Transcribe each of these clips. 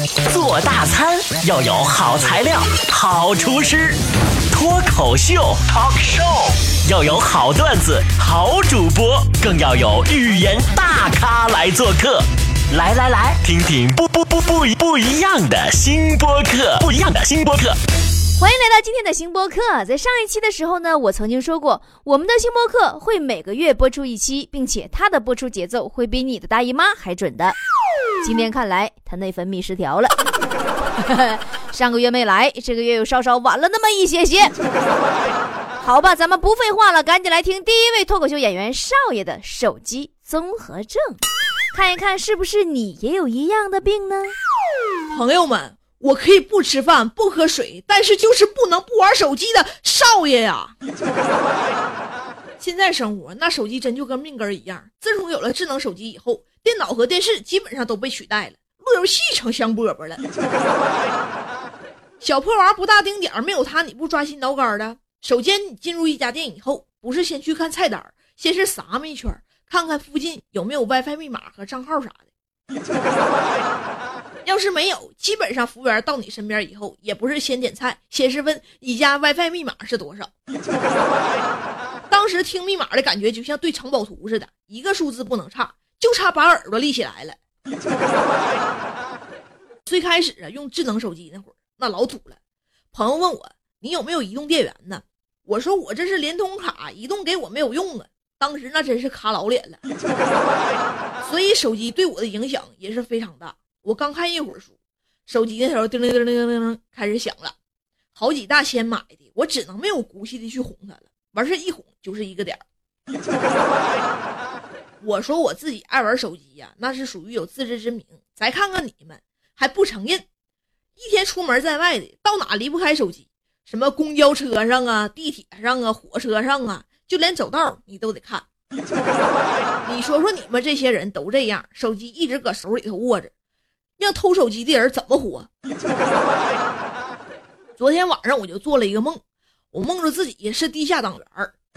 做大餐要有好材料，好厨师；脱口秀 talk show 要有好段子，好主播，更要有语言大咖来做客。来，听听不一样的新播客，不一样的新播客。 欢迎来到今天的新播客。在上一期的时候呢，我曾经说过，我们的新播客会每个月播出一期，并且它的播出节奏会比你的大姨妈还准的。今天看来它内分泌失调了上个月没来，这个月又稍稍晚了那么一些些。好吧，咱们不废话了，赶紧来听第一位脱口秀演员少爷的手机综合症，看一看是不是你也有一样的病呢？ 朋友们，我可以不吃饭不喝水，但是就是不能不玩手机的少爷呀。现在生活那手机真就跟命根一样，自从有了智能手机以后，电脑和电视基本上都被取代了，路由器成香饽饽了。小破娃不大丁点儿，没有它你不抓心挠肝的。首先你进入一家店以后，不是先去看菜单，先是撒么一圈，看看附近有没有 WiFi 密码和账号啥的。要是没有，基本上服务员到你身边以后，也不是先点菜，先是问你家 WiFi 密码是多少。当时听密码的感觉就像对藏宝图似的，一个数字不能差，就差把耳朵立起来了。最开始用智能手机那会儿，那老土了。朋友问我你有没有移动电源呢？我说我这是联通卡，移动给我没有用啊。当时那真是卡老脸了。所以手机对我的影响也是非常大。我刚看一会儿书，手机那时候叮铃叮铃叮铃开始响了，好几大千买的，我只能没有骨气的去哄它了，完事一哄就是一个点儿。我说我自己爱玩手机呀，那是属于有自知之明。再看看你们还不承认，一天出门在外的，到哪离不开手机，什么公交车上啊，地铁上啊，火车上啊，就连走道你都得看。你说说你们这些人都这样，手机一直搁手里头握着，让偷手机的人怎么活？昨天晚上我就做了一个梦，我梦着自己是地下党员，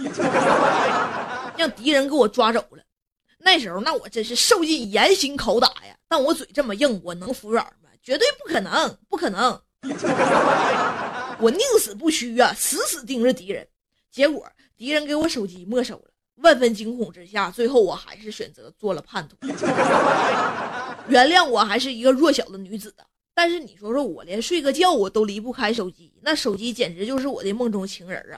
让敌人给我抓走了。那时候那我真是受尽严刑拷打呀，但我嘴这么硬，我能服软吗？绝对不可能，不可能。我宁死不屈啊，死死盯着敌人。结果敌人给我手机没收了，万分惊恐之下，最后我还是选择做了叛徒。原谅我还是一个弱小的女子啊，但是你说说我连睡个觉我都离不开手机，那手机简直就是我的梦中情人啊。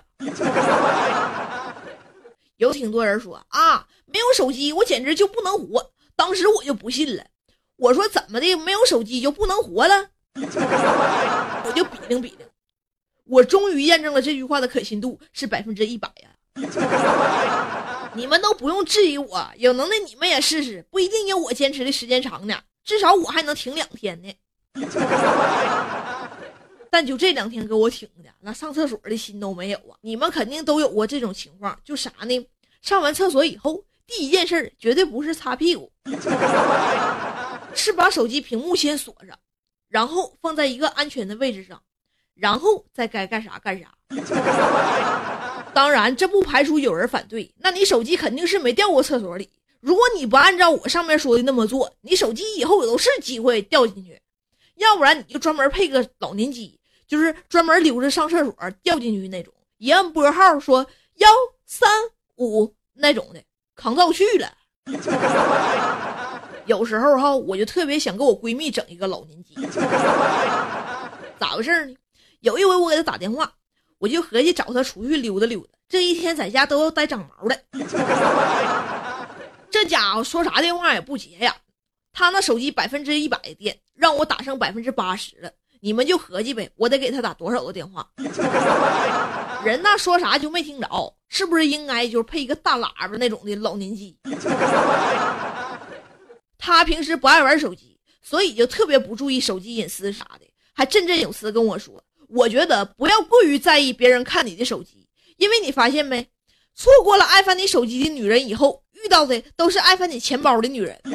有挺多人说啊，没有手机我简直就不能活，当时我就不信了，我说怎么的没有手机就不能活了？我就比定，我终于验证了这句话的可信度是100%呀。你们都不用质疑我，有能耐你们也试试，不一定有我坚持的时间长呢，至少我还能挺2天呢。但就这2天给我挺的，那上厕所的心都没有啊！你们肯定都有过这种情况，就啥呢？上完厕所以后，第一件事绝对不是擦屁股，是把手机屏幕先锁上，然后放在一个安全的位置上，然后再该干啥干啥。当然这不排除有人反对，那你手机肯定是没掉过厕所里，如果你不按照我上面说的那么做，你手机以后都是机会掉进去，要不然你就专门配个老年机，就是专门留着上厕所掉进去那种，一按拨号说135那种的，扛造去了。有时候哈，我就特别想给我闺蜜整一个老年机。咋回事呢？有一回我给她打电话，我就合计找她出去溜达溜达，这一天在家都要带长毛的。这家伙说啥电话也不接呀，他那手机100%的电，让我打剩80%了。你们就合计呗，我得给他打多少个电话？人那说啥就没听着，是不是应该就是配一个大喇叭那种的老年机？他平时不爱玩手机，所以就特别不注意手机隐私啥的，还振振有词跟我说，我觉得不要过于在意别人看你的手机，因为你发现没，错过了爱翻你手机的女人以后，遇到的都是爱翻你钱包的女人。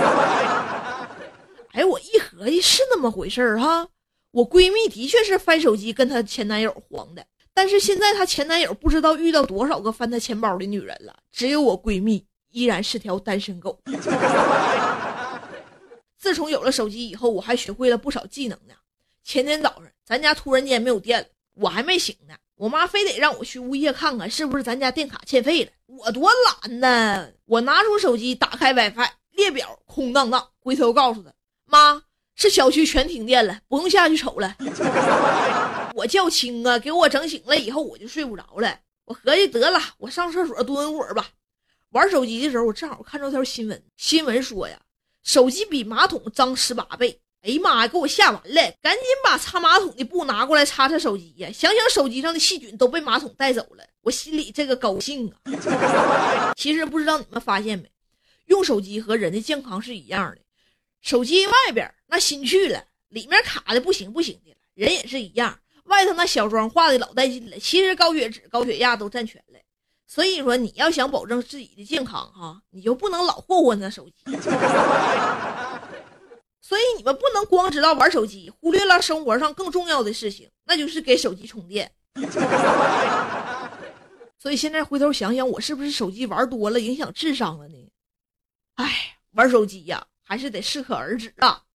哎，我一合计是那么回事儿哈，我闺蜜的确是翻手机跟她前男友黄的，但是现在她前男友不知道遇到多少个翻她钱包的女人了，只有我闺蜜依然是条单身狗。 自从有了手机以后，我还学会了不少技能呢。前天早上咱家突然间没有电了，我还没醒呢，我妈非得让我去物业看看是不是咱家电卡欠费了。我多懒呢，我拿出手机打开 WiFi 列表空荡荡，回头告诉她，妈，是小区全停电了，不用下去瞅了。我叫轻啊，给我整醒了以后我就睡不着了。我合计得了，我上厕所蹲会儿吧。玩手机的时候，我正好看到条新闻，新闻说呀，手机比马桶脏18倍。哎呀妈呀，给我吓完了，赶紧把擦马桶的布拿过来擦擦手机呀。想想手机上的细菌都被马桶带走了，我心里这个高兴啊。其实不知道你们发现没，用手机和人的健康是一样的，手机外边那心去了，里面卡的不行的了，人也是一样，外头那小妆画的老带劲了，其实高血脂高血压都占全了。所以说你要想保证自己的健康哈，你就不能老霍霍那手机。所以你们不能光知道玩手机，忽略了生活上更重要的事情，那就是给手机充电。所以现在回头想想，我是不是手机玩多了影响智商了呢？哎，玩手机呀，还是得适可而止啊。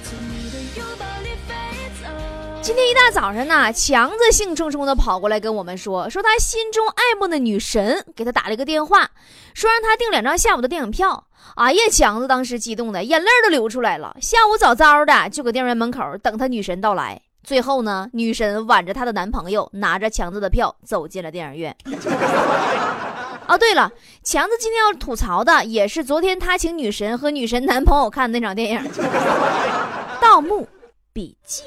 今天一大早上呢，强子兴冲冲的跑过来跟我们说他心中爱慕的女神给他打了一个电话，说让他订2张下午的电影票。哎呀，强子当时激动的眼泪都流出来了，下午早早的就搁电影院门口等他女神到来。最后呢，女神挽着她的男朋友，拿着强子的票走进了电影院。哦，对了，强子今天要吐槽的也是昨天他请女神和女神男朋友看的那场电影《盗墓笔记》。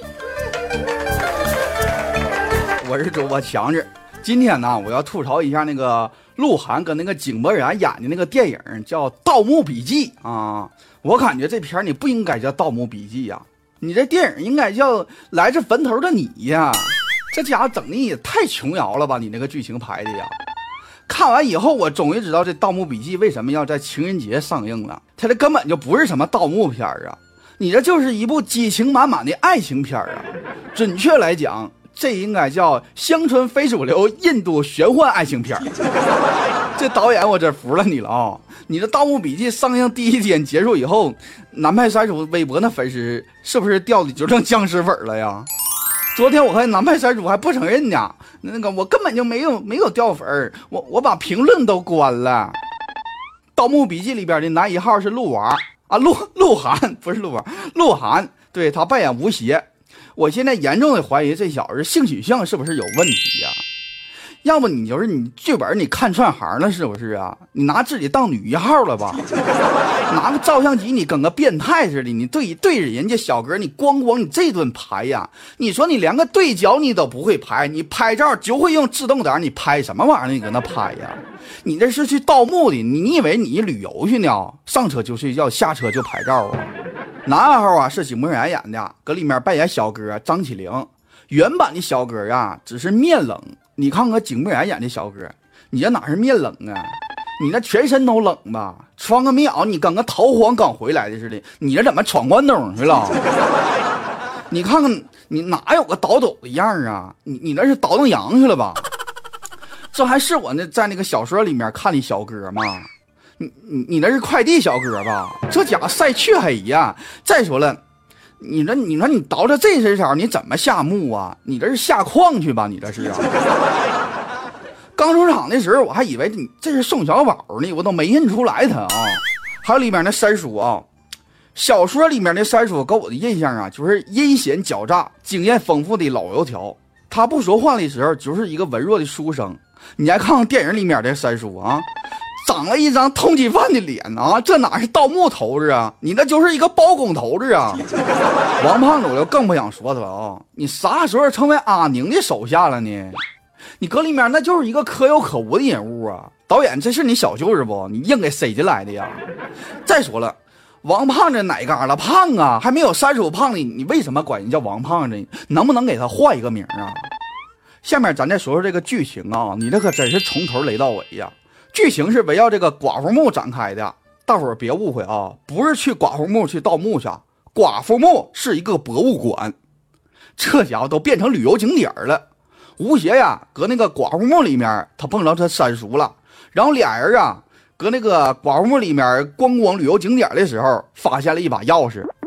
我是主播强子，今天呢，我要吐槽一下那个鹿晗跟那个井柏然演的那个电影叫《盗墓笔记》啊。我感觉这片你不应该叫《盗墓笔记》呀，你这电影应该叫《来自坟头的你》呀。这家伙整的也太琼瑶了吧，你那个剧情排的呀。看完以后，我终于知道这《盗墓笔记》为什么要在情人节上映了，它这根本就不是什么盗墓片啊，你这就是一部激情满满的爱情片啊。准确来讲，这应该叫乡村非主流印度玄幻爱情片。这导演我真服了你了啊！你的《盗墓笔记》上映第1天结束以后，南派三叔微博那粉丝是不是掉的就成僵尸粉了呀？昨天我看南派三叔还不承认呢，那个我根本就没有掉粉，我把评论都关了。《盗墓笔记》里边的男1号是鹿娃啊，鹿晗不是鹿娃，鹿晗，对，他扮演吴邪。我现在严重的怀疑这小子性取向是不是有问题呀？要不你就是你剧本你看串行了是不是啊？你拿自己当女1号了吧？拿个照相机你跟个变态似的，你对着人家小哥你光你这顿拍呀？你说你连个对角你都不会拍，你拍照就会用自动挡，你拍什么玩意儿？你搁那拍呀？你这是去盗墓的，你以为你旅游去呢？上车就睡觉，下车就拍照啊？男2号啊是井柏然演的，搁里面扮演小哥张起灵。原版的小哥啊只是面冷，你看看井柏然演的小哥，你这哪是面冷啊？你这全身都冷吧？穿个棉袄，你跟个逃荒刚回来的似的，你这怎么闯关东去了？你看看你哪有个倒斗的样啊？你那是倒腾羊去了吧？这还是我在那个小说里面看的小哥吗？你那是快递小哥吧？这家伙晒黢黑呀！再说了，你说你倒腾这身手，你怎么下墓啊？你这是下矿去吧？你这是啊！刚出场的时候，我还以为你这是宋小宝呢，我都没认出来他啊。还有里面那三叔啊，小说里面的三叔给我的印象啊，就是阴险狡诈、经验丰富的老油条。他不说话的时候，就是一个文弱的书生。你还看看电影里面的三叔啊，长了一张通缉犯的脸啊，这哪是盗墓头子啊？你那就是一个包工头子啊！王胖子我就更不想说他了啊！你啥时候成为阿宁的手下了呢？你搁里面那就是一个可有可无的人物啊！导演，这是你小舅子不？你硬给塞进来的呀！再说了，王胖子哪嘎了胖啊？还没有三叔胖呢，你为什么管人叫王胖子？能不能给他换一个名啊？下面咱再说说这个剧情啊，你这可真是从头雷到尾呀！剧情是围绕这个寡妇墓展开的，大伙儿别误会啊，不是去寡妇墓去盗墓去，寡妇墓是一个博物馆，这家伙都变成旅游景点了。吴邪呀，搁那个寡妇墓里面，他碰着他三叔了，然后俩人啊，搁那个寡妇墓里面逛旅游景点的时候，发现了一把钥匙，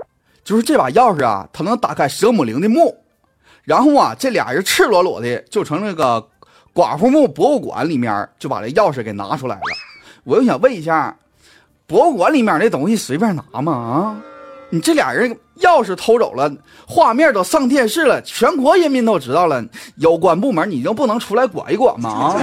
就是这把钥匙啊，它能打开蛇母陵的墓。然后啊，这俩人赤裸裸的就从那个寡妇墓博物馆里面就把这钥匙给拿出来了。我就想问一下，博物馆里面那东西随便拿吗？啊，你这俩人钥匙偷走了，画面都上电视了，全国人民都知道了，有关部门你就不能出来管一管吗？啊！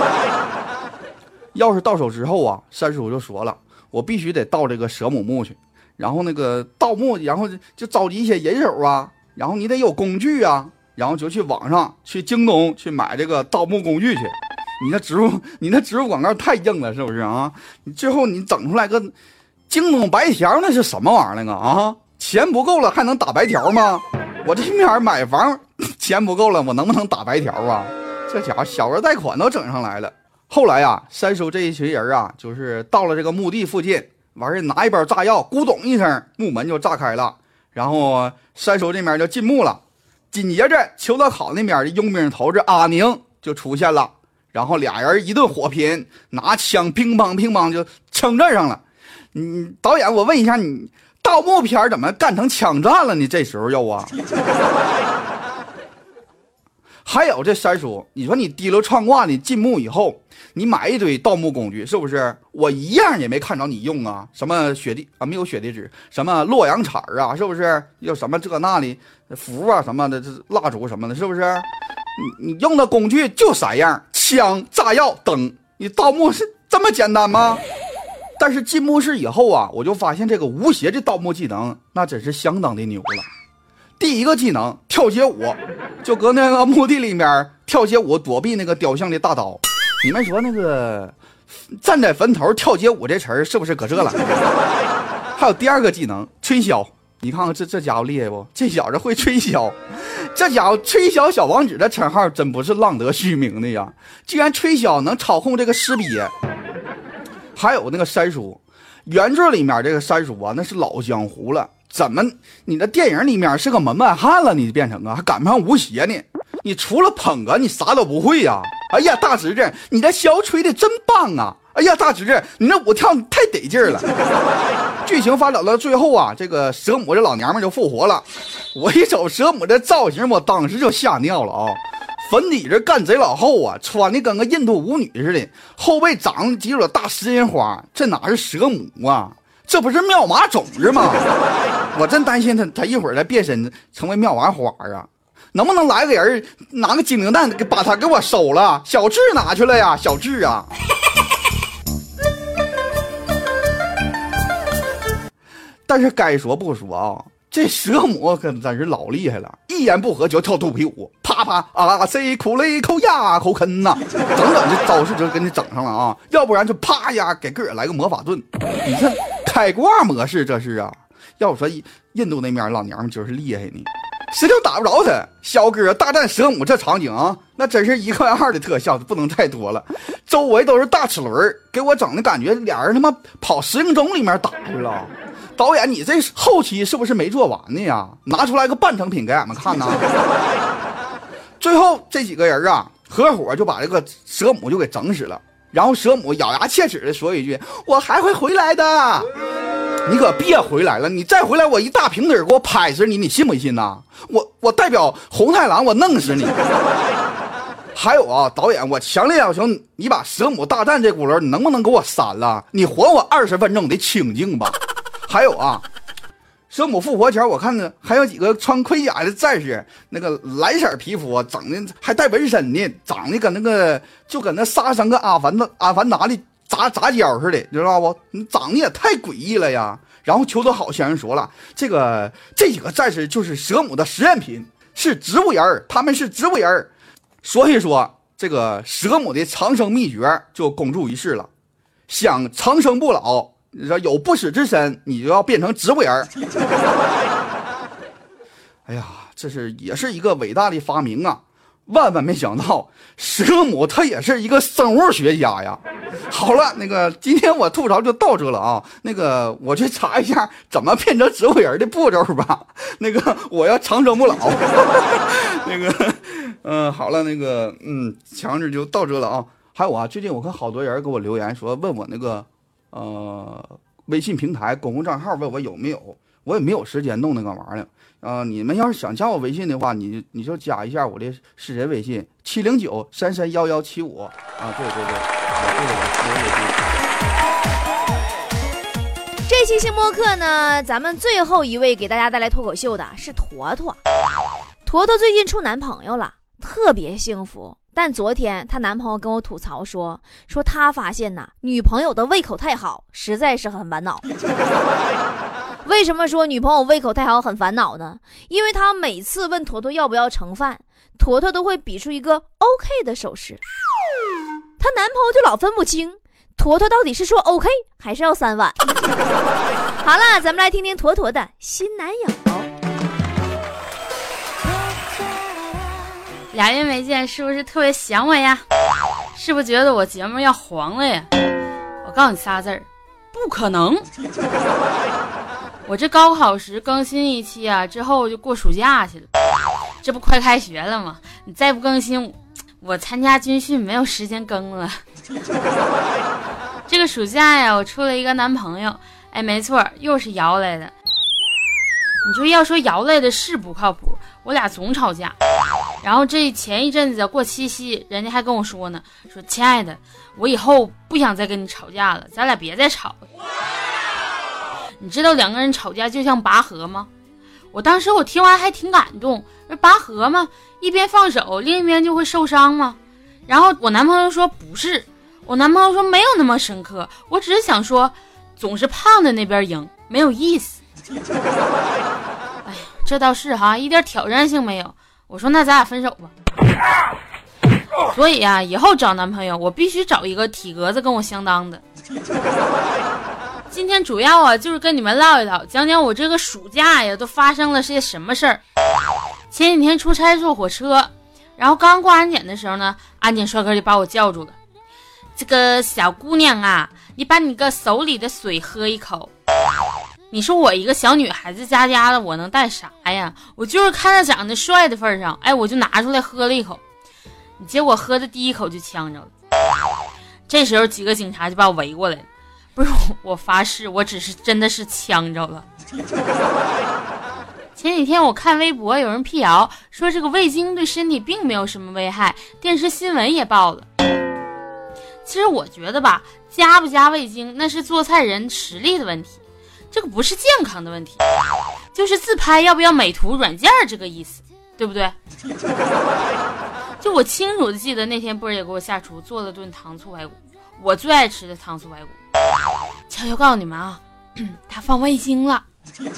钥匙到手之后啊，三叔就说了，我必须得到这个蛇母墓去，然后那个盗墓，然后就召集一些人手啊，然后你得有工具啊，然后就去网上去京东去买这个盗墓工具去。你那植入广告太硬了，是不是啊？你最后你整出来个京东白条，那是什么玩意儿啊？钱不够了还能打白条吗？我这面买房钱不够了，我能不能打白条啊？这家伙小额贷款都整上来了。后来啊，三叔这一群人啊，就是到了这个墓地附近，完事拿一包炸药，咕咚一声，墓门就炸开了，然后三叔这边就进墓了。紧接着裘德考那边的佣兵头子阿宁就出现了。然后俩人一顿火拼，拿枪乒乓乒乓就枪战上了。导演，我问一下，你盗墓片怎么干成枪战了呢？这时候又啊，还有这三叔，你说你提溜串挂的进墓以后，你买一堆盗墓工具，是不是？我一样也没看着你用啊，什么雪地啊，没有雪地纸，什么洛阳铲啊，是不是？又什么这那里符啊什么的，这蜡烛什么的，是不是？你用的工具就3样，枪、炸药、灯。你盗墓是这么简单吗？但是进墓室以后啊，我就发现这个吴邪这盗墓技能那真是相当的牛了。第一个技能跳街舞，就搁那个墓地里面跳街舞躲避那个雕像的大刀。你们说那个站在坟头跳街舞这词儿是不是搁这了？还有第二个技能吹箫，你看看这家伙厉害不？这小子会吹箫，这家伙吹箫小王子的称号真不是浪得虚名的呀！居然吹箫能操控这个尸鳖。还有那个三叔，原著里面这个三叔啊，那是老江湖了，怎么你的电影里面是个门外汉了？你变成啊，还赶不上吴邪呢？你除了捧哏，你啥都不会呀！哎呀，大侄子，你这箫吹的真棒啊！哎呀，大侄子，你那舞跳太得劲儿了。剧情发展到最后啊，这个蛇母这老娘们就复活了。我一瞅蛇母这造型，我当时就吓尿了啊！粉底子干贼老厚啊，穿的跟个印度舞女似的，后背长了几朵大食人花，这哪是蛇母啊？这不是妙蛙种子吗？我真担心他一会儿再变身成为妙蛙花啊！能不能来个人拿个精灵蛋把他给我收了？小智哪去了呀？小智啊！但是该说不说啊，这蛇母可真是老厉害了，一言不合就跳肚皮舞，啪啪啊谁哭了一口呀口坑呐，整这招式就给你整上了啊！要不然就啪呀给个人来个魔法盾，你这开挂模式这是啊！要我说印度那面老娘们就是厉害呢，谁都打不着他。小哥大战蛇母这场景啊，那真是1.2的特效，不能太多了。周围都是大齿轮，给我整的感觉俩人他妈跑10分钟里面打去了。导演，你这后期是不是没做完呢呀？拿出来个半成品给俺们看呢。最后这几个人啊，合伙就把这个蛇母就给整死了。然后蛇母咬牙切齿的说一句：“我还会回来的。”你可别回来了，你再回来我一大平底给我拍死你，你信不信呐？我代表红太狼我弄死你。还有啊，导演，我强烈要求你把蛇母大战这轱辘你能不能给我删了？你还我20分钟的清静吧。还有啊，蛇母复活前我看呢还有几个穿盔甲的战士，那个蓝色皮肤整的还带纹身呢，长得跟那个就跟那杀生跟阿凡达的杂交似的，知道不？你长得也太诡异了呀。然后裘德好先生说了，这几个战士就是蛇母的实验品，是植物人，他们是植物人。所以说这个蛇母的长生秘诀就公诸于世了，想长生不老，有不死之身，你就要变成植物人。哎呀，这也是一个伟大的发明啊！万万没想到，蛇母它也是一个生物学家呀。好了，那个今天我吐槽就到这了啊。那个我去查一下怎么变成植物人的步骤吧。那个我要长生不老。那个好了，那个强制就到这了啊。还有啊，最近我看好多人给我留言说问我那个微信平台公共账号，问我有没有。 我也没有时间弄那个玩意儿。你们要是想加我微信的话，你就加一下我的私人微信709331175啊，对，这个我私人微信。这期星播客呢，咱们最后一位给大家带来脱口秀的是坨坨。坨坨最近处男朋友了，特别幸福。但昨天她男朋友跟我吐槽说他发现女朋友的胃口太好，实在是很烦恼。为什么说女朋友胃口太好很烦恼呢？因为她每次问坨坨要不要盛饭，坨坨都会比出一个 OK 的手势。她男朋友就老分不清坨坨到底是说 OK 还是要3碗。好了，咱们来听听坨坨的新男友。 俩月没见，是不是特别想我呀？是不是觉得我节目要黄了呀？我告诉你仨字儿，不可能。我这高考时更新一期啊，之后就过暑假去了。这不快开学了吗？你再不更新，我参加军训没有时间更了。这个暑假呀，我处了一个男朋友，哎，没错，又是摇来的。你说要说摇来的是不靠谱，我俩总吵架。然后这前一阵子过七夕，人家还跟我说呢，说亲爱的，我以后不想再跟你吵架了，咱俩别再吵了。你知道两个人吵架就像拔河吗？我当时我听完还挺感动，拔河嘛，一边放手，另一边就会受伤吗？然后我男朋友说不是，我男朋友说没有那么深刻，我只是想说，总是胖的那边赢，没有意思。哎呀，这倒是哈，一点挑战性没有。我说那咱俩分手吧。所以啊，以后找男朋友我必须找一个体格子跟我相当的。今天主要啊就是跟你们唠一唠，讲讲我这个暑假呀都发生了些什么事儿。前几天出差坐火车，然后刚过安检的时候呢，安检帅哥就把我叫住了。这个小姑娘啊，你把你个手里的水喝一口。你说我一个小女孩子家的，我能带啥呀？我就是看他长得帅的份上，哎，我就拿出来喝了一口。结果喝的第一口就呛着了。这时候几个警察就把我围过来了。不是，我发誓我只是真的是呛着了。前几天我看微博有人辟谣说这个味精对身体并没有什么危害，电视新闻也报了。其实我觉得吧，加不加味精那是做菜人实力的问题，这个不是健康的问题，就是自拍要不要美图软件这个意思，对不对？就我清楚的记得那天波儿也给我下厨做了顿糖醋排骨，我最爱吃的糖醋排骨。悄悄告诉你们啊，他放味精了。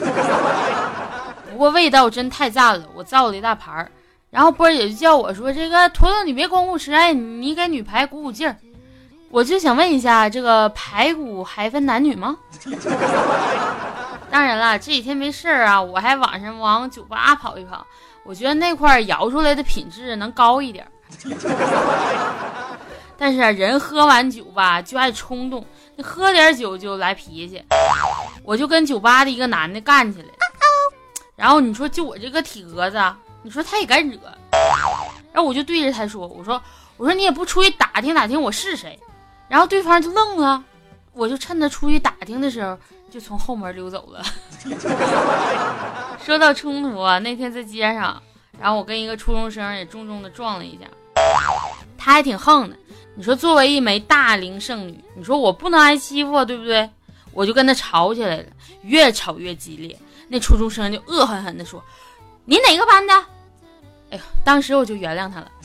不过味道真太赞了，我造了一大盘。然后波儿也就叫我说，这个坨坨你别光顾吃，哎，你给女排鼓鼓劲儿。我就想问一下，这个排骨还分男女吗？当然了，这几天没事啊，我还晚上往酒吧跑一跑，我觉得那块摇出来的品质能高一点。但是啊，人喝完酒吧就爱冲动，你喝点酒就来脾气，我就跟酒吧的一个男的干起来。然后你说就我这个体格子，你说他也敢惹，然后我就对着他说，我说你也不出去打听打听我是谁。然后对方就愣了，我就趁他出去打听的时候就从后门溜走了。说到冲突啊，那天在街上，然后我跟一个初中生也重重的撞了一下，他还挺横的。你说作为一枚大龄剩女，你说我不能挨欺负，对不对？我就跟他吵起来了，越吵越激烈。那初中生就恶狠狠地说，你哪个班的？哎呦，当时我就原谅他了。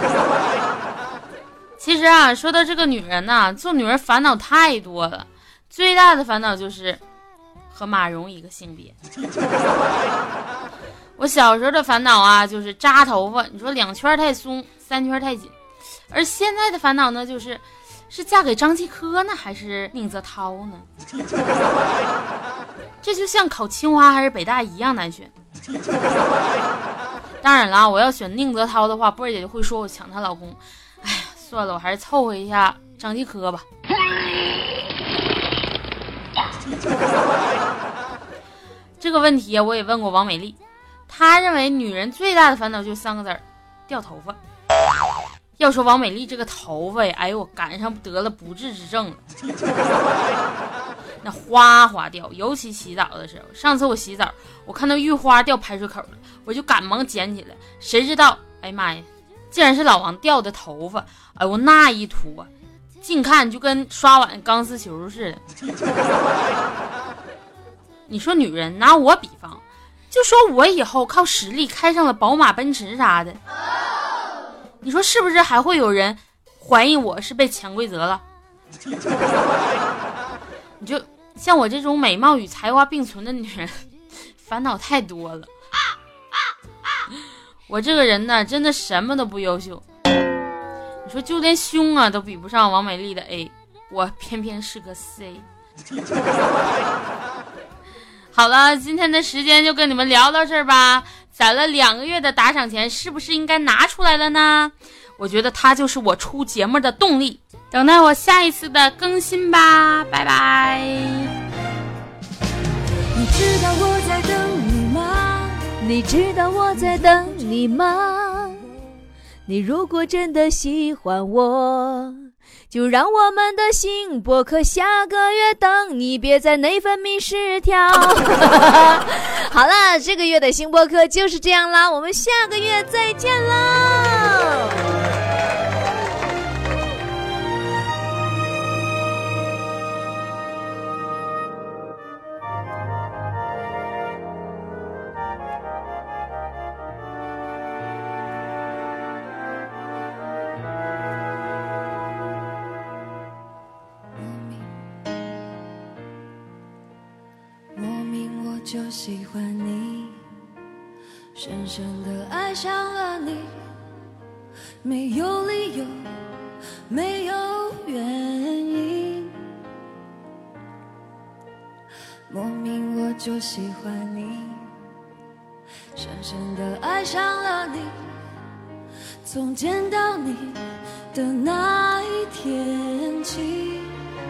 其实啊，说到这个女人呢，做女人烦恼太多了，最大的烦恼就是和马蓉一个性别。我小时候的烦恼啊，就是扎头发，你说2圈太松，3圈太紧。而现在的烦恼呢，是嫁给张继科呢，还是宁泽涛呢？这就像考清华还是北大一样难选。当然了，我要选宁泽涛的话，波儿姐就会说我抢她老公。哎呀，算了，我还是凑合一下张继科吧。这个问题啊，我也问过王美丽，她认为女人最大的烦恼就3个字儿：掉头发。要说王美丽这个头发呀，哎呦，我赶上得了不治之症了。 那哗哗掉，尤其洗澡的时候。上次我洗澡，我看到浴花掉排水口了，我就赶忙捡起来，谁知道，哎妈呀，竟然是老王掉的头发！哎我那一坨，近看就跟刷碗钢丝球似的。你说女人拿我比方，就说我以后靠实力开上了宝马奔驰啥的，你说是不是还会有人怀疑我是被潜规则了？你就像我这种美貌与才华并存的女人，烦恼太多了。我这个人呢，真的什么都不优秀。你说就连胸啊都比不上王美丽的 A， 我偏偏是个 C。好了，今天的时间就跟你们聊到这儿吧。攒了2个月的打赏钱，是不是应该拿出来了呢？我觉得它就是我出节目的动力。等待我下一次的更新吧，拜拜。 你知道我在等你吗？你知道我在等你吗？你如果真的喜欢我，就让我们的新播客下个月等你，别再内分泌失调。好了，这个月的新播客就是这样啦，我们下个月再见啦。 就喜欢你，深深地爱上了你，没有理由，没有原因，莫名我就喜欢你，深深地爱上了你，从见到你的那一天起，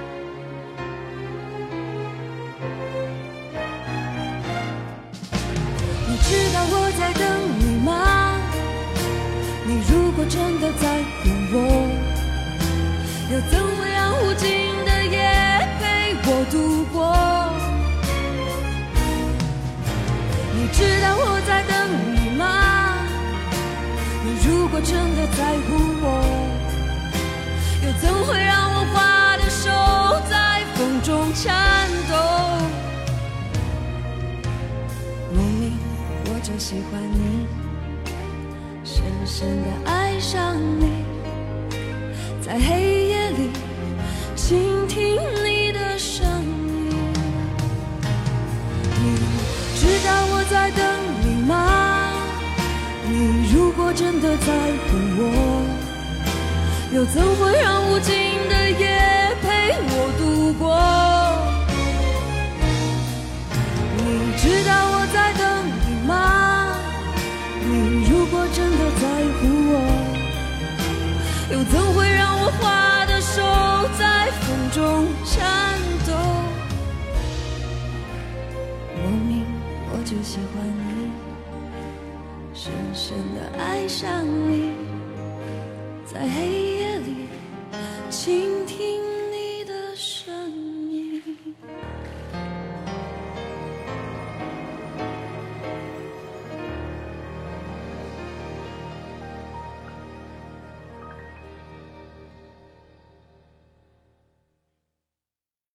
知道我在等你吗？你如果真的在乎我，又怎会让无尽的夜陪我度过？你知道我在等你吗？你如果真的在乎我，又怎会让我花的手在风中颤抖？我就喜欢你，深深地爱上你，在黑夜里倾听你的声音。你知道我在等你吗？你如果真的在乎我，又怎会让无尽的夜陪我度过？你知道我在等你吗？你如果真的在乎我，又怎会让我花的手在风中颤抖？莫名我就喜欢你，深深地爱上你，在黑夜里倾听